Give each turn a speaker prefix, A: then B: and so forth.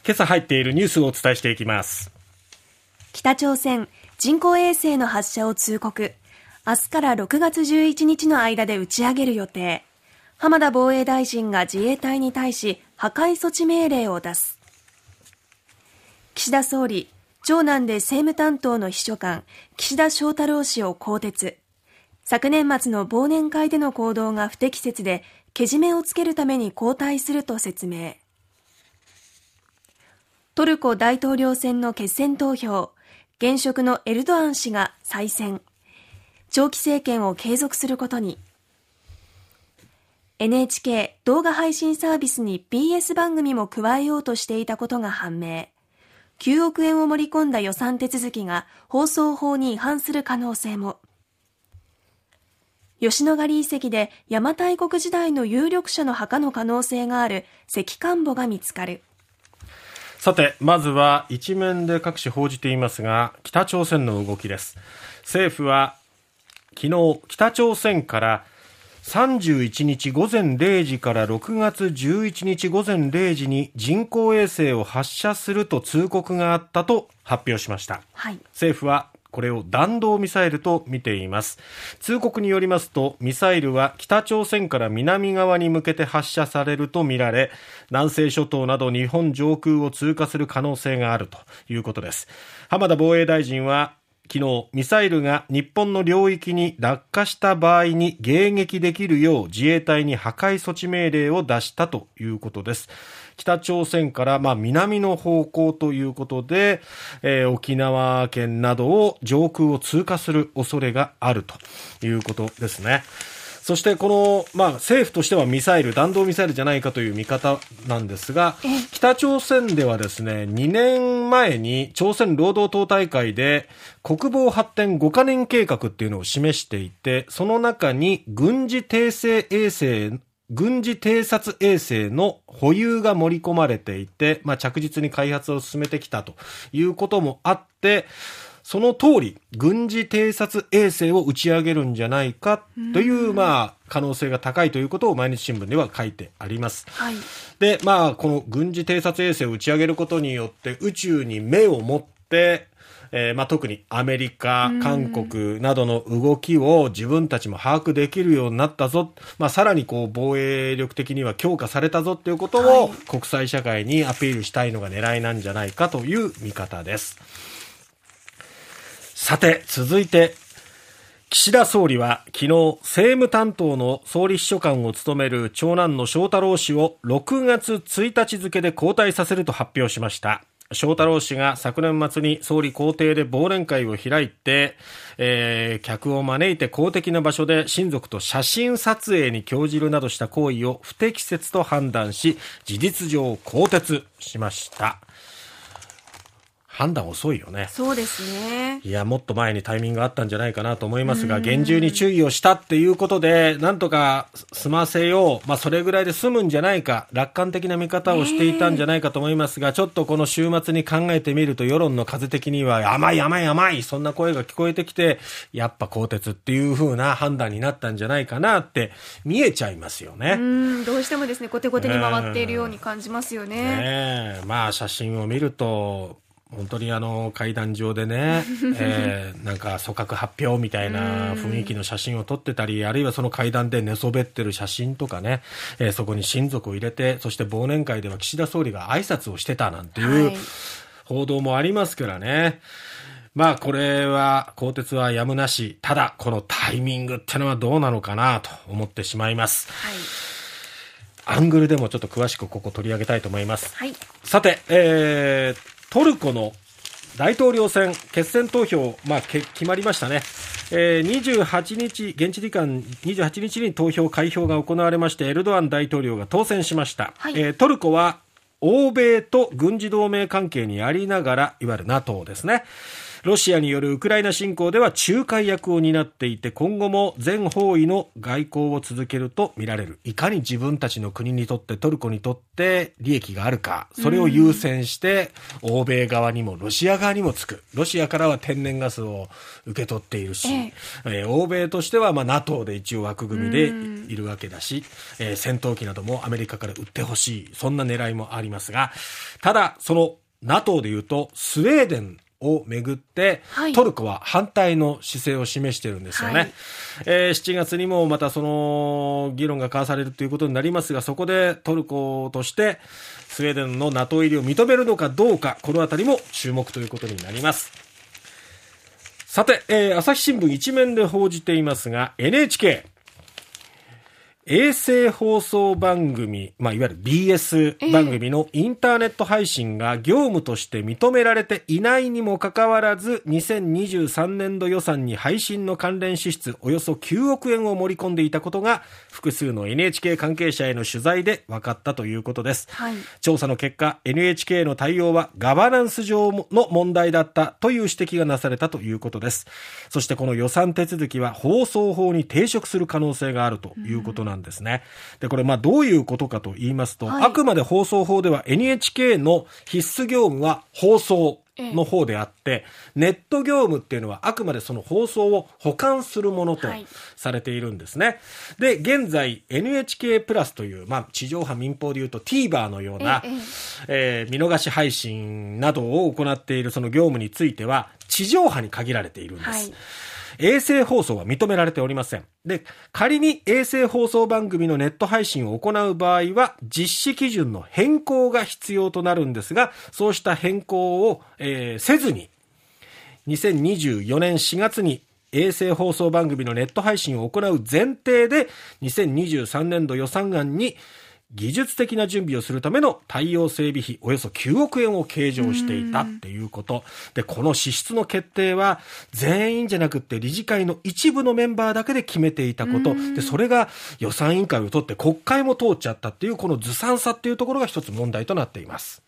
A: 今朝入っているニュースをお伝えしていきます。
B: 北朝鮮、人工衛星の発射を通告。明日から6月11日の間で打ち上げる予定。浜田防衛大臣が自衛隊に対し破壊措置命令を出す。岸田総理、長男で政務担当の秘書官、岸田翔太郎氏を更迭。昨年末の忘年会での行動が不適切で、けじめをつけるために交代すると説明。トルコ大統領選の決選投票、現職のエルドアン氏が再選。長期政権を継続することに。NHK 動画配信サービスに BS 番組も加えようとしていたことが判明。9億円を盛り込んだ予算手続きが放送法に違反する可能性も。吉野ヶ里遺跡で邪馬台国時代の有力者の墓の可能性がある石棺墓が見つかる。
A: さて、まずは一面で各紙報じていますが、北朝鮮の動きです。政府は昨日、北朝鮮から31日午前0時から6月11日午前0時に人工衛星を発射すると通告があったと発表しました。
B: はい、
A: 政府はこれを弾道ミサイルと見ています。通告によりますと、ミサイルは北朝鮮から南側に向けて発射されるとみられ、南西諸島など日本上空を通過する可能性があるということです。浜田防衛大臣は昨日、ミサイルが日本の領域に落下した場合に迎撃できるよう自衛隊に破壊措置命令を出したということです。北朝鮮から南の方向ということで、沖縄県などを上空を通過する恐れがあるということですね。そしてこの、政府としては弾道ミサイルじゃないかという見方なんですが、北朝鮮ではですね、2年前に朝鮮労働党大会で国防発展5カ年計画っていうのを示していて、その中に軍事偵察衛星の保有が盛り込まれていて、着実に開発を進めてきたということもあって、その通り軍事偵察衛星を打ち上げるんじゃないかという可能性が高いということを毎日新聞では書いてあります。
B: はい、
A: で、この軍事偵察衛星を打ち上げることによって宇宙に目を持って、特にアメリカ、韓国などの動きを自分たちも把握できるようになったぞ、さらに防衛力的には強化されたぞということを国際社会にアピールしたいのが狙いなんじゃないかという見方です。さて、続いて岸田総理は昨日、政務担当の総理秘書官を務める長男の翔太郎氏を6月1日付で交代させると発表しました。翔太郎氏が昨年末に総理公邸で忘年会を開いて、客を招いて公的な場所で親族と写真撮影に興じるなどした行為を不適切と判断し、事実上更迭しました。判断遅いよね。
B: そうですね。
A: いや、もっと前にタイミングがあったんじゃないかなと思いますが、厳重に注意をしたっていうことでなんとか済ませよう、それぐらいで済むんじゃないか、楽観的な見方をしていたんじゃないかと思いますが、ちょっとこの週末に考えてみると世論の風的には甘いそんな声が聞こえてきて、やっぱ更迭っていう風な判断になったんじゃないかなって見えちゃいますよね。
B: どうしてもですね、コテコテに回っているように感じますよね。
A: 写真を見ると本当に階段上でね、なんか組閣発表みたいな雰囲気の写真を撮ってたり、あるいはその階段で寝そべってる写真とかね、そこに親族を入れて、そして忘年会では岸田総理が挨拶をしてたなんていう報道もありますからね。これは更迭はやむなし。ただこのタイミングってのはどうなのかなと思ってしまいます。アングルでもちょっと詳しくここ取り上げたいと思います。さて、トルコの大統領選決選投票、決まりましたね。28日、現地時間28日に開票が行われまして、エルドアン大統領が当選しました。トルコは欧米と軍事同盟関係にありながら、いわゆる NATO ですね、 ロシアによるウクライナ侵攻では仲介役を担っていて、今後も全方位の外交を続けると見られる。いかに自分たちの国にとって、トルコにとって利益があるか、それを優先して欧米側にもロシア側にもつく。ロシアからは天然ガスを受け取っているし、欧米としてはNATO で一応枠組みでいるわけだし、戦闘機などもアメリカから売ってほしい、そんな狙いもありますが、ただその NATO でいうとスウェーデンをめぐって、トルコは反対の姿勢を示しているんですよね。7月にもまたその議論が交わされるということになりますが、そこでトルコとしてスウェーデンの NATO 入りを認めるのかどうか、このあたりも注目ということになります。さて、朝日新聞一面で報じていますが、 NHK衛星放送番組、いわゆる BS 番組のインターネット配信が業務として認められていないにもかかわらず、2023年度予算に配信の関連支出およそ9億円を盛り込んでいたことが複数の NHK 関係者への取材で分かったということです。調査の結果、 NHK の対応はガバナンス上の問題だったという指摘がなされたということです。そしてこの予算手続きは放送法に抵触する可能性があるということなんですね。で、これどういうことかと言いますと、あくまで放送法では NHK の必須業務は放送の方であって、ネット業務っていうのはあくまでその放送を保管するものとされているんですね。で、現在 NHK プラスという、地上波民放でいうと TVer のような、見逃し配信などを行っているその業務については地上波に限られているんです。衛星放送は認められておりません。で、仮に衛星放送番組のネット配信を行う場合は実施基準の変更が必要となるんですが、そうした変更を、せずに2024年4月に衛星放送番組のネット配信を行う前提で2023年度予算案に技術的な準備をするための対応整備費およそ9億円を計上していたっていうことで、この支出の決定は全員じゃなくって理事会の一部のメンバーだけで決めていたことで、それが予算委員会を取って国会も通っちゃったっていうこのずさんさっていうところが一つ問題となっています。